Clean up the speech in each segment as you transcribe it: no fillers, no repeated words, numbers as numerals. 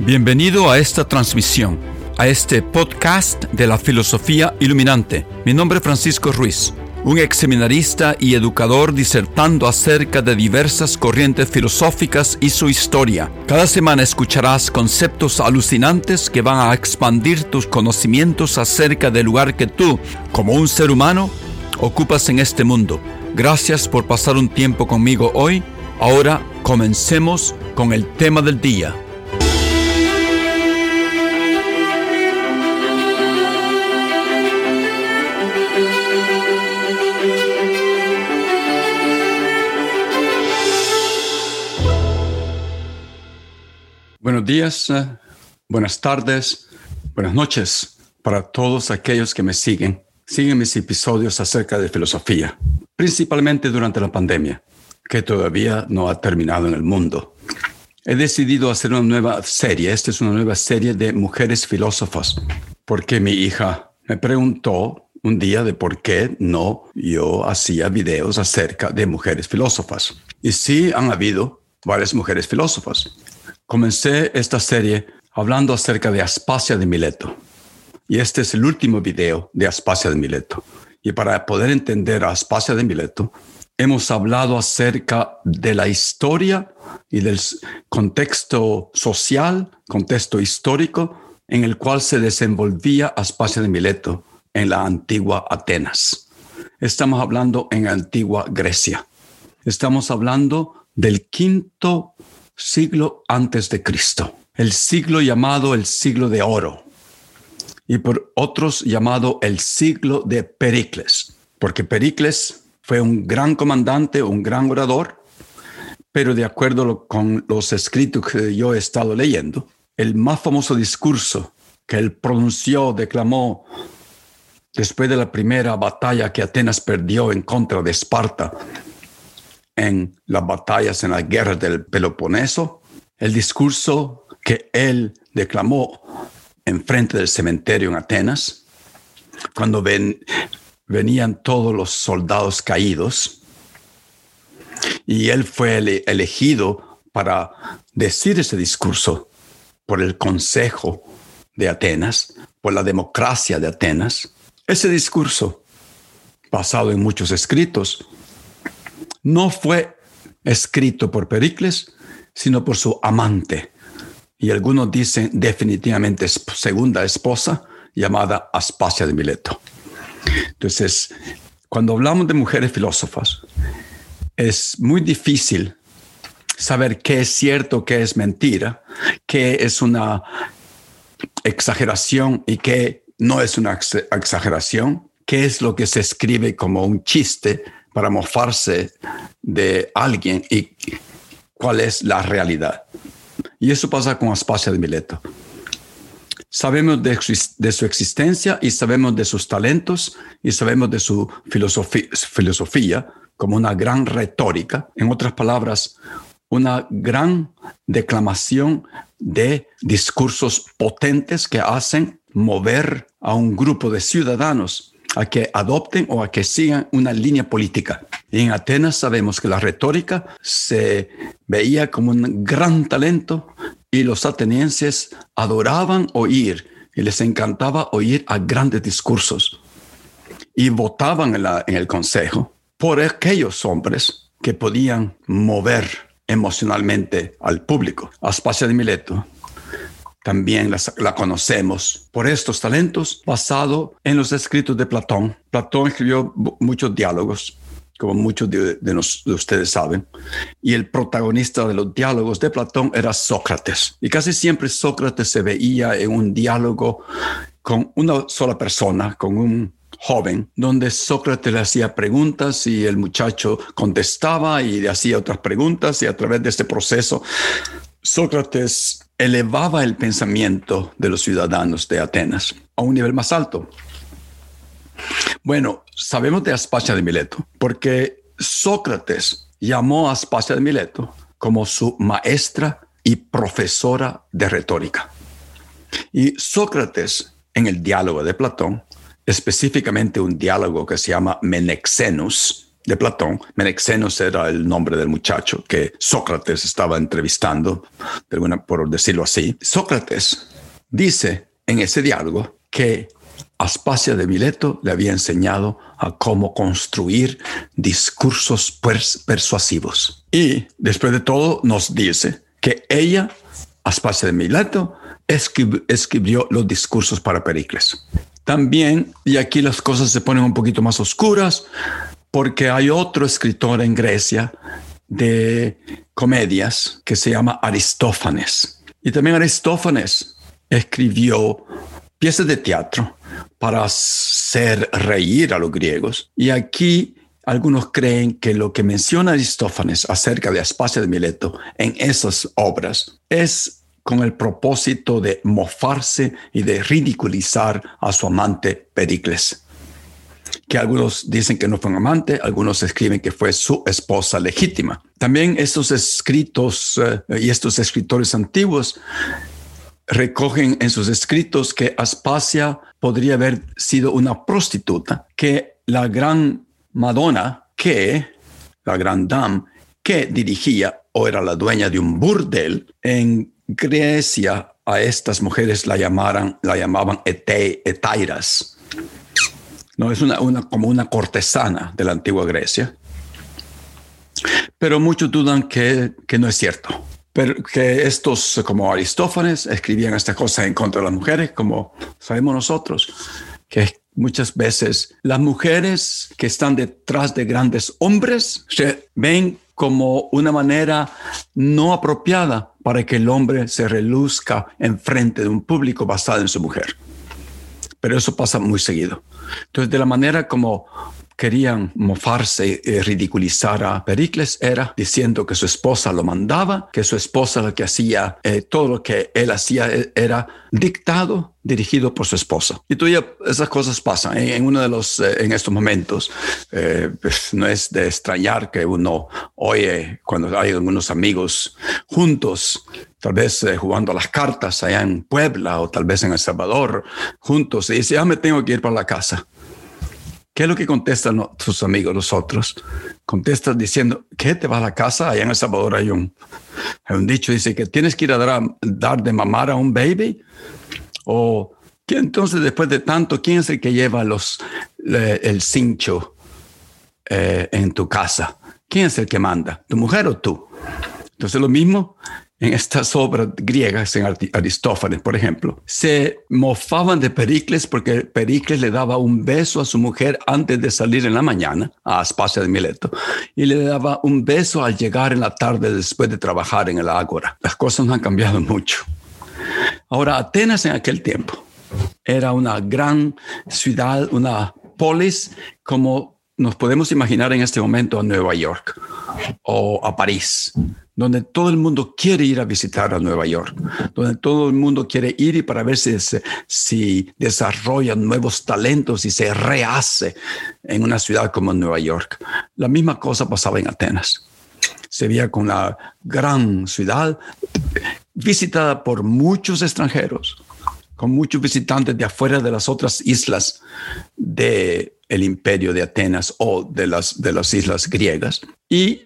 Bienvenido a esta transmisión, a este podcast de la filosofía iluminante. Mi nombre es Francisco Ruiz, un ex seminarista y educador disertando acerca de diversas corrientes filosóficas y su historia. Cada semana escucharás conceptos alucinantes que van a expandir tus conocimientos acerca del lugar que tú, como un ser humano, ocupas en este mundo. Gracias por pasar un tiempo conmigo hoy. Ahora comencemos con el tema del día. Buenos días, buenas tardes, buenas noches para todos aquellos que me siguen. Siguen mis episodios acerca de filosofía, principalmente durante la pandemia, que todavía no ha terminado en el mundo. He decidido hacer una nueva serie. Esta es una nueva serie de mujeres filósofas, porque mi hija me preguntó un día de por qué no yo hacía videos acerca de mujeres filósofas. Y sí han habido varias mujeres filósofas. Comencé esta serie hablando acerca de Aspasia de Mileto. Y este es el último video de Aspasia de Mileto. Y para poder entender a Aspasia de Mileto, hemos hablado acerca de la historia y del contexto social, contexto histórico, en el cual se desenvolvía Aspasia de Mileto en la antigua Atenas. Estamos hablando en la antigua Grecia. Estamos hablando del quinto siglo antes de Cristo, el siglo llamado el siglo de oro, y por otros llamado el siglo de Pericles, porque Pericles fue un gran comandante, un gran orador, pero de acuerdo con los escritos que yo he estado leyendo, el más famoso discurso que él pronunció, declamó después de la primera batalla que Atenas perdió en contra de Esparta, en las batallas, en las guerras del Peloponeso, el discurso que él declamó enfrente del cementerio en Atenas, cuando venían todos los soldados caídos, y él fue elegido para decir ese discurso por el Consejo de Atenas, por la democracia de Atenas. Ese discurso, basado en muchos escritos, no fue escrito por Pericles, sino por su amante. Y algunos dicen definitivamente segunda esposa, llamada Aspasia de Mileto. Entonces, cuando hablamos de mujeres filósofas, es muy difícil saber qué es cierto, qué es mentira, qué es una exageración y qué no es una exageración, qué es lo que se escribe como un chiste para mofarse de alguien y cuál es la realidad. Y eso pasa con Aspasia de Mileto. Sabemos de su existencia y sabemos de sus talentos y sabemos de su filosofía como una gran retórica. En otras palabras, una gran declamación de discursos potentes que hacen mover a un grupo de ciudadanos a que adopten o a que sigan una línea política. Y en Atenas sabemos que la retórica se veía como un gran talento y los atenienses adoraban oír y les encantaba oír a grandes discursos. Y votaban en el consejo por aquellos hombres que podían mover emocionalmente al público. Aspasia de Mileto también la conocemos por estos talentos basado en los escritos de Platón. Platón escribió muchos diálogos, como muchos de ustedes saben, y el protagonista de los diálogos de Platón era Sócrates. Y casi siempre Sócrates se veía en un diálogo con una sola persona, con un joven, donde Sócrates le hacía preguntas y el muchacho contestaba y le hacía otras preguntas, y a través de este proceso Sócrates elevaba el pensamiento de los ciudadanos de Atenas a un nivel más alto. Bueno, sabemos de Aspasia de Mileto porque Sócrates llamó a Aspasia de Mileto como su maestra y profesora de retórica. Y Sócrates, en el diálogo de Platón, específicamente un diálogo que se llama Menexenus, de Platón. Menexenos era el nombre del muchacho que Sócrates estaba entrevistando, por decirlo así. Sócrates dice en ese diálogo que Aspasia de Mileto le había enseñado a cómo construir discursos persuasivos. Y después de todo nos dice que ella, Aspasia de Mileto, escribió los discursos para Pericles. También, y aquí las cosas se ponen un poquito más oscuras, porque hay otro escritor en Grecia de comedias que se llama Aristófanes. Y también Aristófanes escribió piezas de teatro para hacer reír a los griegos. Y aquí algunos creen que lo que menciona Aristófanes acerca de Aspasia de Mileto en esas obras es con el propósito de mofarse y de ridiculizar a su amante Pericles. Que algunos dicen que no fue un amante, algunos escriben que fue su esposa legítima. También estos escritos y estos escritores antiguos recogen en sus escritos que Aspasia podría haber sido una prostituta, que la gran Madonna, la gran dame, que dirigía o era la dueña de un burdel en Grecia, a estas mujeres la llamaban etairas. No, es como una cortesana de la antigua Grecia. Pero muchos dudan que no es cierto. Pero que estos, como Aristófanes, escribían estas cosas en contra de las mujeres, como sabemos nosotros, que muchas veces las mujeres que están detrás de grandes hombres se ven como una manera no apropiada para que el hombre se reluzca en frente de un público basado en su mujer. Pero eso pasa muy seguido. Entonces, de la manera como querían mofarse y ridiculizar a Pericles era diciendo que su esposa lo mandaba, que su esposa lo que hacía, todo lo que él hacía era dictado, dirigido por su esposa. Y todavía esas cosas pasan en estos momentos. Pues no es de extrañar que uno oye cuando hay algunos amigos juntos, tal vez jugando a las cartas allá en Puebla o tal vez en El Salvador, juntos, y dice, me tengo que ir para la casa. ¿Qué es lo que contestan tus amigos, los otros? Contestan diciendo, ¿qué? ¿Te vas a la casa? Allá en El Salvador hay un dicho, dice que tienes que ir a dar de mamar a un baby. O ¿qué? Entonces, después de tanto, ¿quién es el que lleva el cincho en tu casa? ¿Quién es el que manda? ¿Tu mujer o tú? Entonces, lo mismo en estas obras griegas, en Aristófanes, por ejemplo, se mofaban de Pericles porque Pericles le daba un beso a su mujer antes de salir en la mañana, a Aspasia de Mileto, y le daba un beso al llegar en la tarde después de trabajar en el ágora. Las cosas no han cambiado mucho. Ahora, Atenas en aquel tiempo era una gran ciudad, una polis, como nos podemos imaginar en este momento a Nueva York o a París, donde todo el mundo quiere ir a visitar a Nueva York, donde todo el mundo quiere ir y para ver si desarrollan nuevos talentos y se rehace en una ciudad como Nueva York. La misma cosa pasaba en Atenas. Se veía con la gran ciudad visitada por muchos extranjeros, con muchos visitantes de afuera de las otras islas del imperio de Atenas o de las islas griegas. Y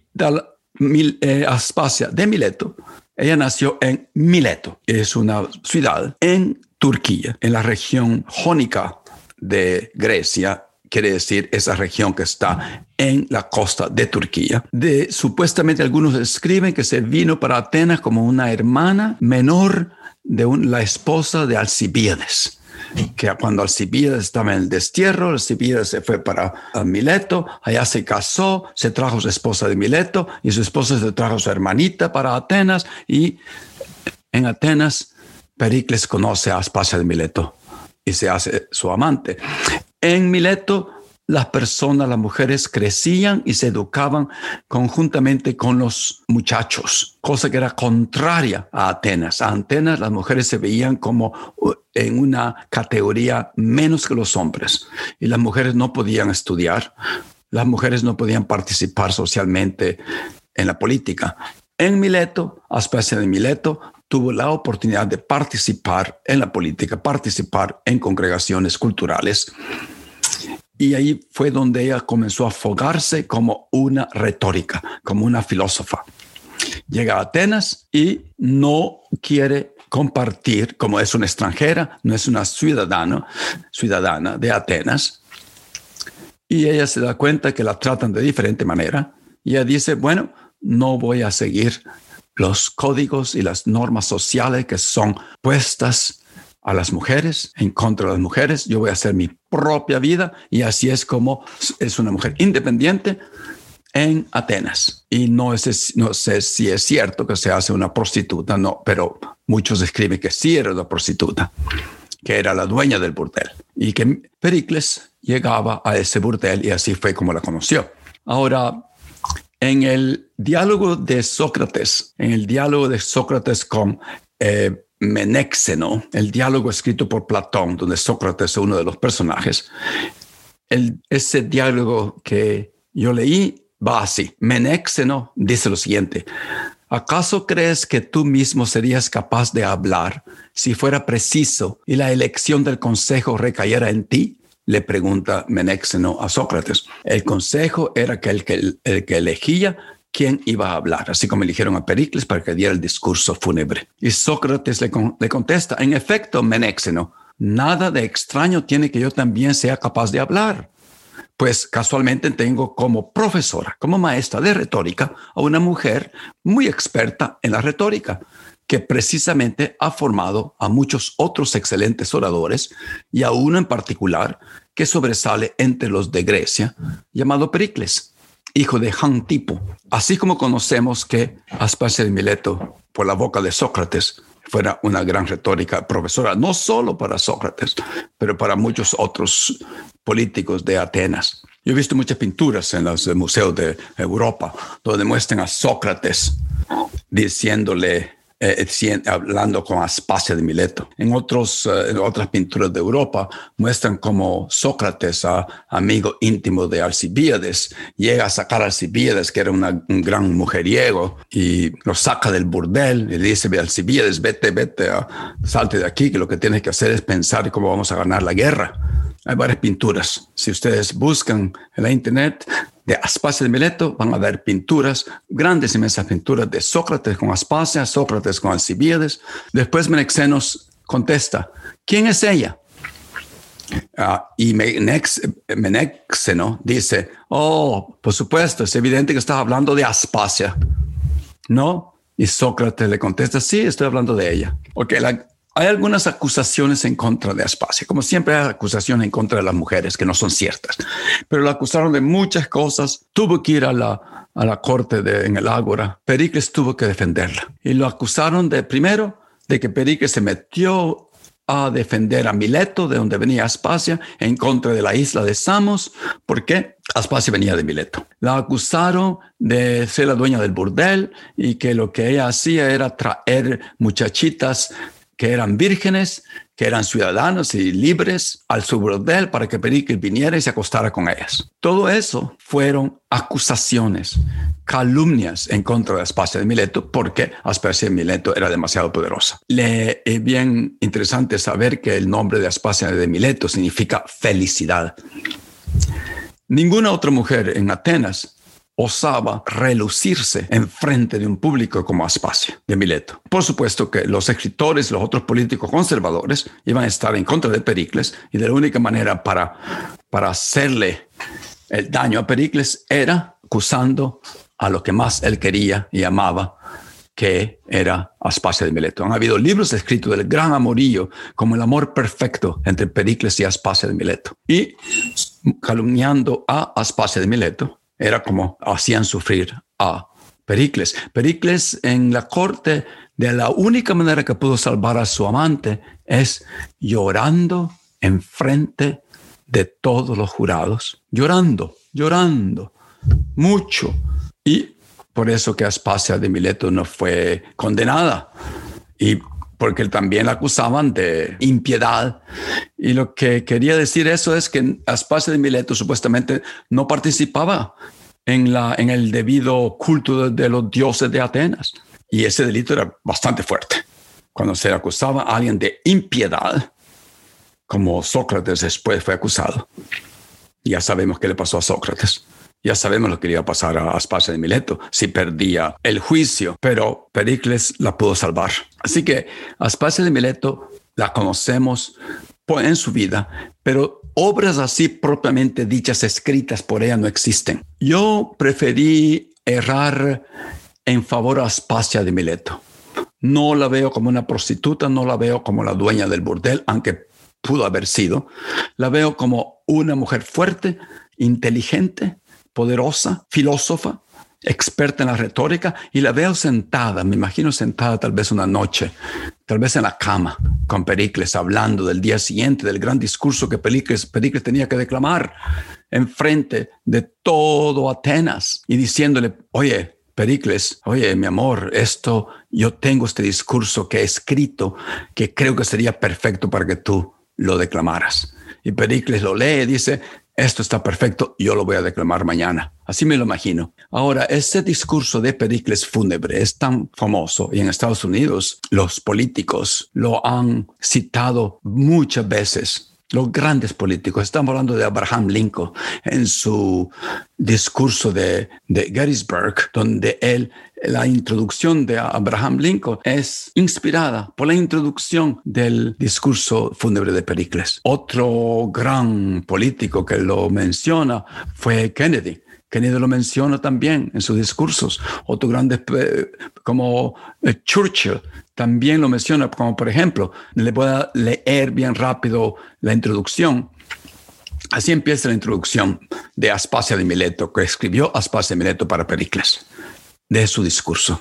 Aspasia de Mileto, ella nació en Mileto, es una ciudad en Turquía, en la región jónica de Grecia, quiere decir esa región que está en la costa de Turquía. Supuestamente algunos escriben que se vino para Atenas como una hermana menor de la esposa de Alcibíades, que cuando Alcibíades estaba en el destierro, Alcibíades se fue para Mileto, allá se casó, se trajo su esposa de Mileto y su esposa se trajo su hermanita para Atenas, y en Atenas Pericles conoce a Aspasia de Mileto y se hace su amante. En Mileto las mujeres crecían y se educaban conjuntamente con los muchachos, cosa que era contraria a Atenas. A Atenas las mujeres se veían como en una categoría menos que los hombres y las mujeres no podían estudiar, las mujeres no podían participar socialmente en la política. En Mileto, Aspasia de Mileto tuvo la oportunidad de participar en la política, participar en congregaciones culturales. Y ahí fue donde ella comenzó a afogarse como una retórica, como una filósofa. Llega a Atenas y no quiere compartir, como es una extranjera, no es una ciudadana de Atenas. Y ella se da cuenta que la tratan de diferente manera. Y ella dice, bueno, no voy a seguir los códigos y las normas sociales que son puestas a las mujeres, en contra de las mujeres. Yo voy a hacer mi propia vida, y así es como es una mujer independiente en Atenas. Y no sé si es cierto que se hace una prostituta, no, pero muchos escriben que sí era una prostituta, que era la dueña del burdel, y que Pericles llegaba a ese burdel, y así fue como la conoció. Ahora, en el diálogo de Sócrates con Menéxeno, el diálogo escrito por Platón, donde Sócrates es uno de los personajes, ese diálogo que yo leí va así. Menéxeno dice lo siguiente: ¿acaso crees que tú mismo serías capaz de hablar si fuera preciso y la elección del consejo recayera en ti? Le pregunta Menéxeno a Sócrates. El consejo era que el que elegía quién iba a hablar, así como eligieron a Pericles para que diera el discurso fúnebre. Y Sócrates le contesta: en efecto, Menéxeno, nada de extraño tiene que yo también sea capaz de hablar, pues casualmente tengo como profesora, como maestra de retórica, a una mujer muy experta en la retórica, que precisamente ha formado a muchos otros excelentes oradores, y a uno en particular que sobresale entre los de Grecia, llamado Pericles, hijo de Jantipo. Así como conocemos que Aspasia de Mileto, por la boca de Sócrates, fuera una gran retórica profesora, no solo para Sócrates, pero para muchos otros políticos de Atenas. Yo he visto muchas pinturas en los museos de Europa donde muestran a Sócrates hablando con Aspasia de Mileto. En otras pinturas de Europa muestran como Sócrates, amigo íntimo de Alcibíades, llega a sacar a Alcibíades, que era un gran mujeriego, y lo saca del burdel y le dice: Alcibíades, vete, salte de aquí, que lo que tienes que hacer es pensar cómo vamos a ganar la guerra. Hay varias pinturas. Si ustedes buscan en la internet de Aspasia de Mileto, van a ver pinturas, grandes, inmensas pinturas de Sócrates con Aspasia, Sócrates con Alcibíades. Después Menéxeno contesta: ¿quién es ella? Y Menéxeno dice: oh, por supuesto, es evidente que estás hablando de Aspasia, ¿no? Y Sócrates le contesta: sí, estoy hablando de ella. Hay algunas acusaciones en contra de Aspasia. Como siempre, hay acusaciones en contra de las mujeres que no son ciertas. Pero la acusaron de muchas cosas. Tuvo que ir a la corte en el Ágora. Pericles tuvo que defenderla. Y lo acusaron primero de que Pericles se metió a defender a Mileto, de donde venía Aspasia, en contra de la isla de Samos. ¿Por qué? Aspasia venía de Mileto. La acusaron de ser la dueña del burdel y que lo que ella hacía era traer muchachitas que eran vírgenes, que eran ciudadanos y libres al su burdel para que Pericles viniera y se acostara con ellas. Todo eso fueron acusaciones, calumnias en contra de Aspasia de Mileto, porque Aspasia de Mileto era demasiado poderosa. Es bien interesante saber que el nombre de Aspasia de Mileto significa felicidad. Ninguna otra mujer en Atenas osaba relucirse en frente de un público como Aspasia de Mileto. Por supuesto que los escritores y los otros políticos conservadores iban a estar en contra de Pericles, y de la única manera para hacerle el daño a Pericles era acusando a lo que más él quería y amaba, que era Aspasia de Mileto. Han habido libros escritos del gran amorío, como el amor perfecto entre Pericles y Aspasia de Mileto. Y calumniando a Aspasia de Mileto, era como hacían sufrir a Pericles. Pericles, en la corte, de la única manera que pudo salvar a su amante es llorando en frente de todos los jurados. Llorando mucho. Y por eso que Aspasia de Mileto no fue condenada. Y porque también la acusaban de impiedad. Y lo que quería decir eso es que Aspasia de Mileto supuestamente no participaba en el debido culto de los dioses de Atenas. Y ese delito era bastante fuerte. Cuando se acusaba a alguien de impiedad, como Sócrates después fue acusado, Ya sabemos qué le pasó a Sócrates. Ya sabemos lo que le iba a pasar a Aspasia de Mileto si perdía el juicio, pero Pericles la pudo salvar. Así que Aspasia de Mileto la conocemos en su vida, pero obras así propiamente dichas, escritas por ella, no existen. Yo preferí errar en favor a Aspasia de Mileto. No la veo como una prostituta, no la veo como la dueña del burdel, aunque pudo haber sido. La veo como una mujer fuerte, inteligente, poderosa, filósofa, experta en la retórica, y la veo sentada, me imagino sentada tal vez una noche, tal vez en la cama, con Pericles, hablando del día siguiente, del gran discurso que Pericles tenía que declamar en frente de todo Atenas, y diciéndole: oye, Pericles, oye, mi amor, yo tengo este discurso que he escrito que creo que sería perfecto para que tú lo declamaras. Y Pericles lo lee y dice: esto está perfecto, yo lo voy a declamar mañana. Así me lo imagino. Ahora, ese discurso de Pericles fúnebre es tan famoso, y en Estados Unidos los políticos lo han citado muchas veces. Los grandes políticos, estamos hablando de Abraham Lincoln en su discurso de Gettysburg, donde la introducción de Abraham Lincoln es inspirada por la introducción del discurso fúnebre de Pericles. Otro gran político que lo menciona fue Kennedy. Kennedy lo menciona también en sus discursos. Otro grande como Churchill también lo menciona, como por ejemplo, le voy a leer bien rápido la introducción. Así empieza la introducción de Aspasia de Mileto, que escribió Aspasia de Mileto para Pericles, de su discurso.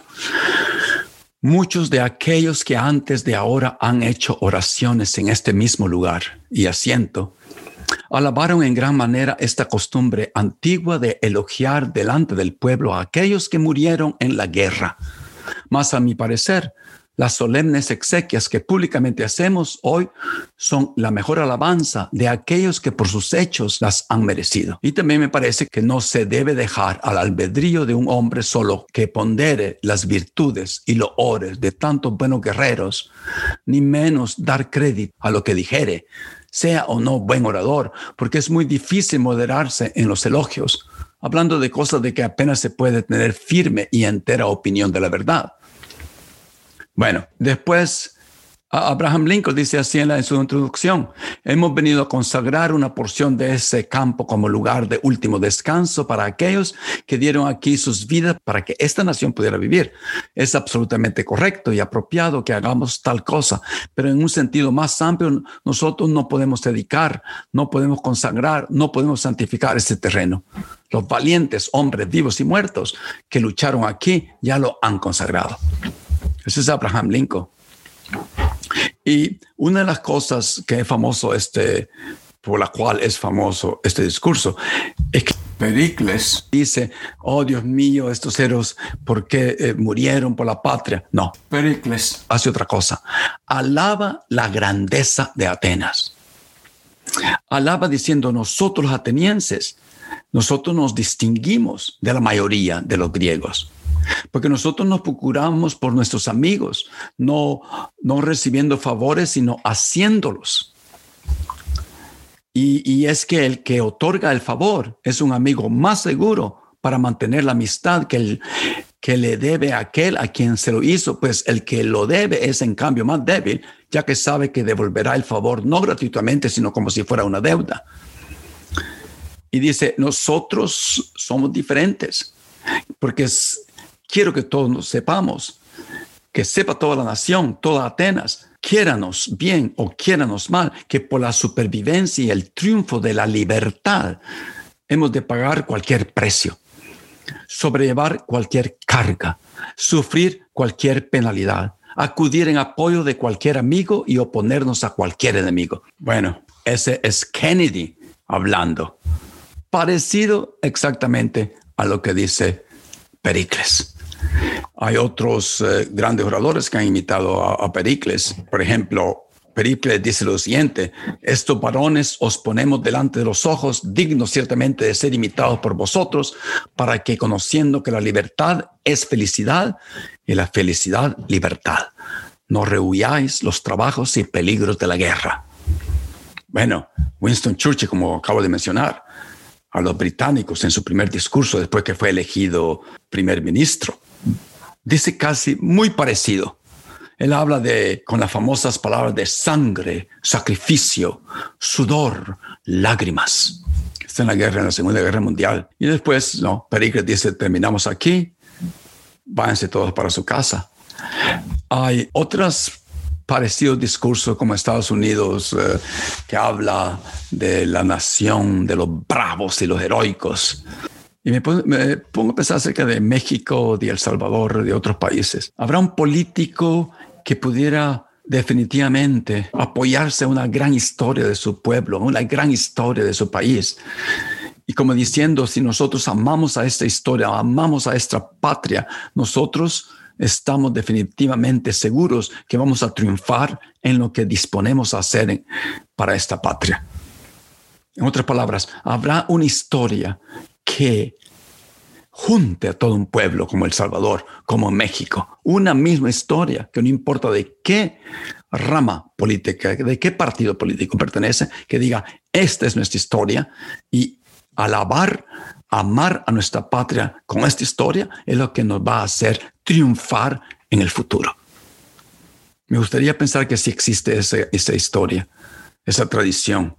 Muchos de aquellos que antes de ahora han hecho oraciones en este mismo lugar y asiento, alabaron en gran manera esta costumbre antigua de elogiar delante del pueblo a aquellos que murieron en la guerra. Mas a mi parecer, las solemnes exequias que públicamente hacemos hoy son la mejor alabanza de aquellos que por sus hechos las han merecido. Y también me parece que no se debe dejar al albedrío de un hombre solo que pondere las virtudes y loores de tantos buenos guerreros, ni menos dar crédito a lo que dijere, sea o no buen orador, porque es muy difícil moderarse en los elogios, hablando de cosas de que apenas se puede tener firme y entera opinión de la verdad. Bueno, después Abraham Lincoln dice así en su introducción: hemos venido a consagrar una porción de ese campo como lugar de último descanso para aquellos que dieron aquí sus vidas para que esta nación pudiera vivir. Es absolutamente correcto y apropiado que hagamos tal cosa, pero en un sentido más amplio, nosotros no podemos dedicar, no podemos consagrar, no podemos santificar este terreno. Los valientes hombres vivos y muertos que lucharon aquí ya lo han consagrado. Ese es Abraham Lincoln. Y una de las cosas que es famoso por la cual es famoso este discurso es que Pericles dice: oh Dios mío, estos héroes, ¿por qué murieron por la patria? No, Pericles hace otra cosa. Alaba la grandeza de Atenas. Alaba diciendo: nosotros los atenienses, nosotros nos distinguimos de la mayoría de los griegos, porque nosotros nos procuramos por nuestros amigos, no recibiendo favores, sino haciéndolos. Y es que el que otorga el favor es un amigo más seguro para mantener la amistad que le debe a aquel a quien se lo hizo, pues el que lo debe es en cambio más débil, ya que sabe que devolverá el favor no gratuitamente, sino como si fuera una deuda. Y dice: nosotros somos diferentes, porque quiero que todos nos sepamos, que sepa toda la nación, toda Atenas, quiéranos bien o quiéranos mal, que por la supervivencia y el triunfo de la libertad hemos de pagar cualquier precio, sobrellevar cualquier carga, sufrir cualquier penalidad, acudir en apoyo de cualquier amigo y oponernos a cualquier enemigo. Bueno, ese es Kennedy hablando, parecido exactamente a lo que dice Pericles. Hay otros grandes oradores que han imitado a Pericles. Por ejemplo, Pericles dice lo siguiente: estos varones os ponemos delante de los ojos, dignos ciertamente de ser imitados por vosotros, para que, conociendo que la libertad es felicidad y la felicidad libertad, no rehuyáis los trabajos y peligros de la guerra. Bueno, Winston Churchill, como acabo de mencionar, a los británicos en su primer discurso después que fue elegido primer ministro. Dice casi muy parecido. Él habla con las famosas palabras de sangre, sacrificio, sudor, lágrimas. Está en la Segunda Guerra Mundial. Y después, Pericles dice, terminamos aquí, váyanse todos para su casa. Hay otros parecidos discursos como Estados Unidos que habla de la nación, de los bravos y los heroicos. Y me pongo a pensar acerca de México, de El Salvador, de otros países. ¿Habrá un político que pudiera definitivamente apoyarse a una gran historia de su pueblo, una gran historia de su país? Y como diciendo, si nosotros amamos a esta historia, amamos a esta patria, nosotros estamos definitivamente seguros que vamos a triunfar en lo que disponemos a hacer para esta patria. En otras palabras, habrá una historia que junte a todo un pueblo como El Salvador, como México. Una misma historia que no importa de qué rama política, de qué partido político pertenece, que diga, esta es nuestra historia y amar a nuestra patria con esta historia es lo que nos va a hacer triunfar en el futuro. Me gustaría pensar que sí existe esa historia, esa tradición,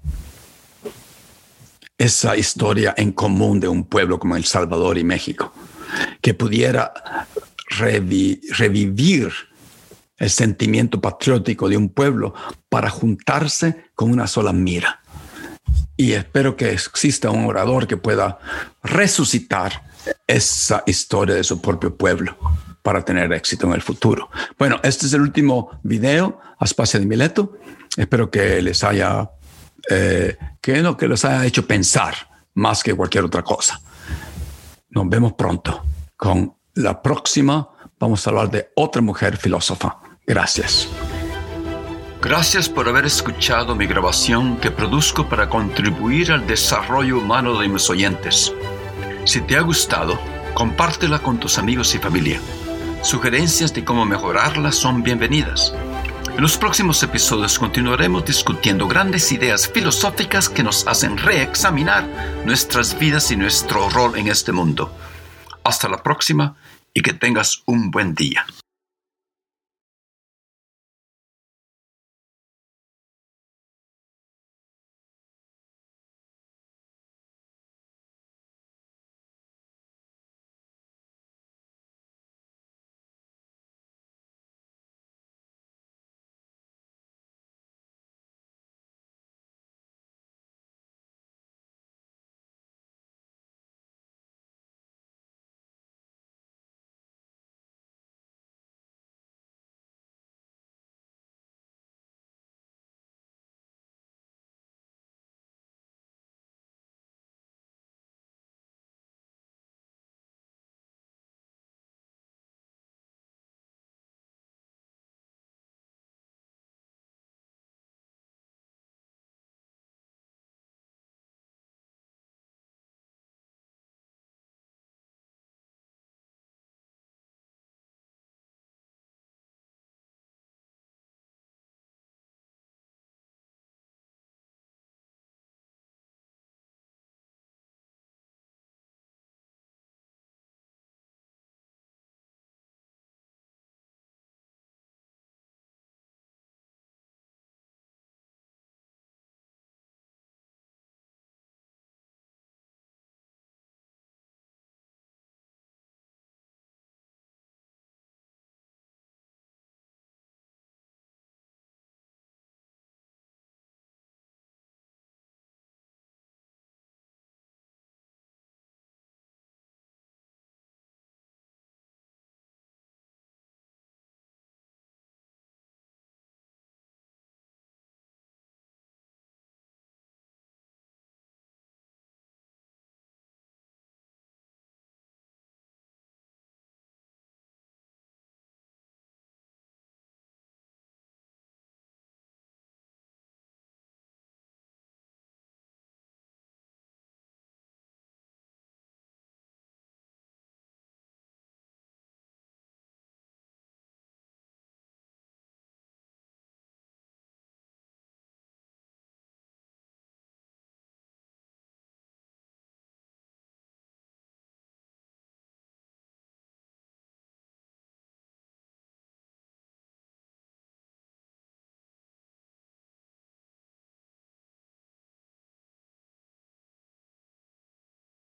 esa historia en común de un pueblo como El Salvador y México, que pudiera revivir el sentimiento patriótico de un pueblo para juntarse con una sola mira. Y espero que exista un orador que pueda resucitar esa historia de su propio pueblo para tener éxito en el futuro. Bueno, este es el último video, Aspasia de Mileto. Espero que les haya que les haya hecho pensar más que cualquier otra cosa. Nos vemos pronto. Con la próxima vamos a hablar de otra mujer filósofa. Gracias. Gracias por haber escuchado mi grabación que produzco para contribuir al desarrollo humano de mis oyentes. Si te ha gustado, compártela con tus amigos y familia. Sugerencias de cómo mejorarla son bienvenidas. En los próximos episodios continuaremos discutiendo grandes ideas filosóficas que nos hacen reexaminar nuestras vidas y nuestro rol en este mundo. Hasta la próxima y que tengas un buen día.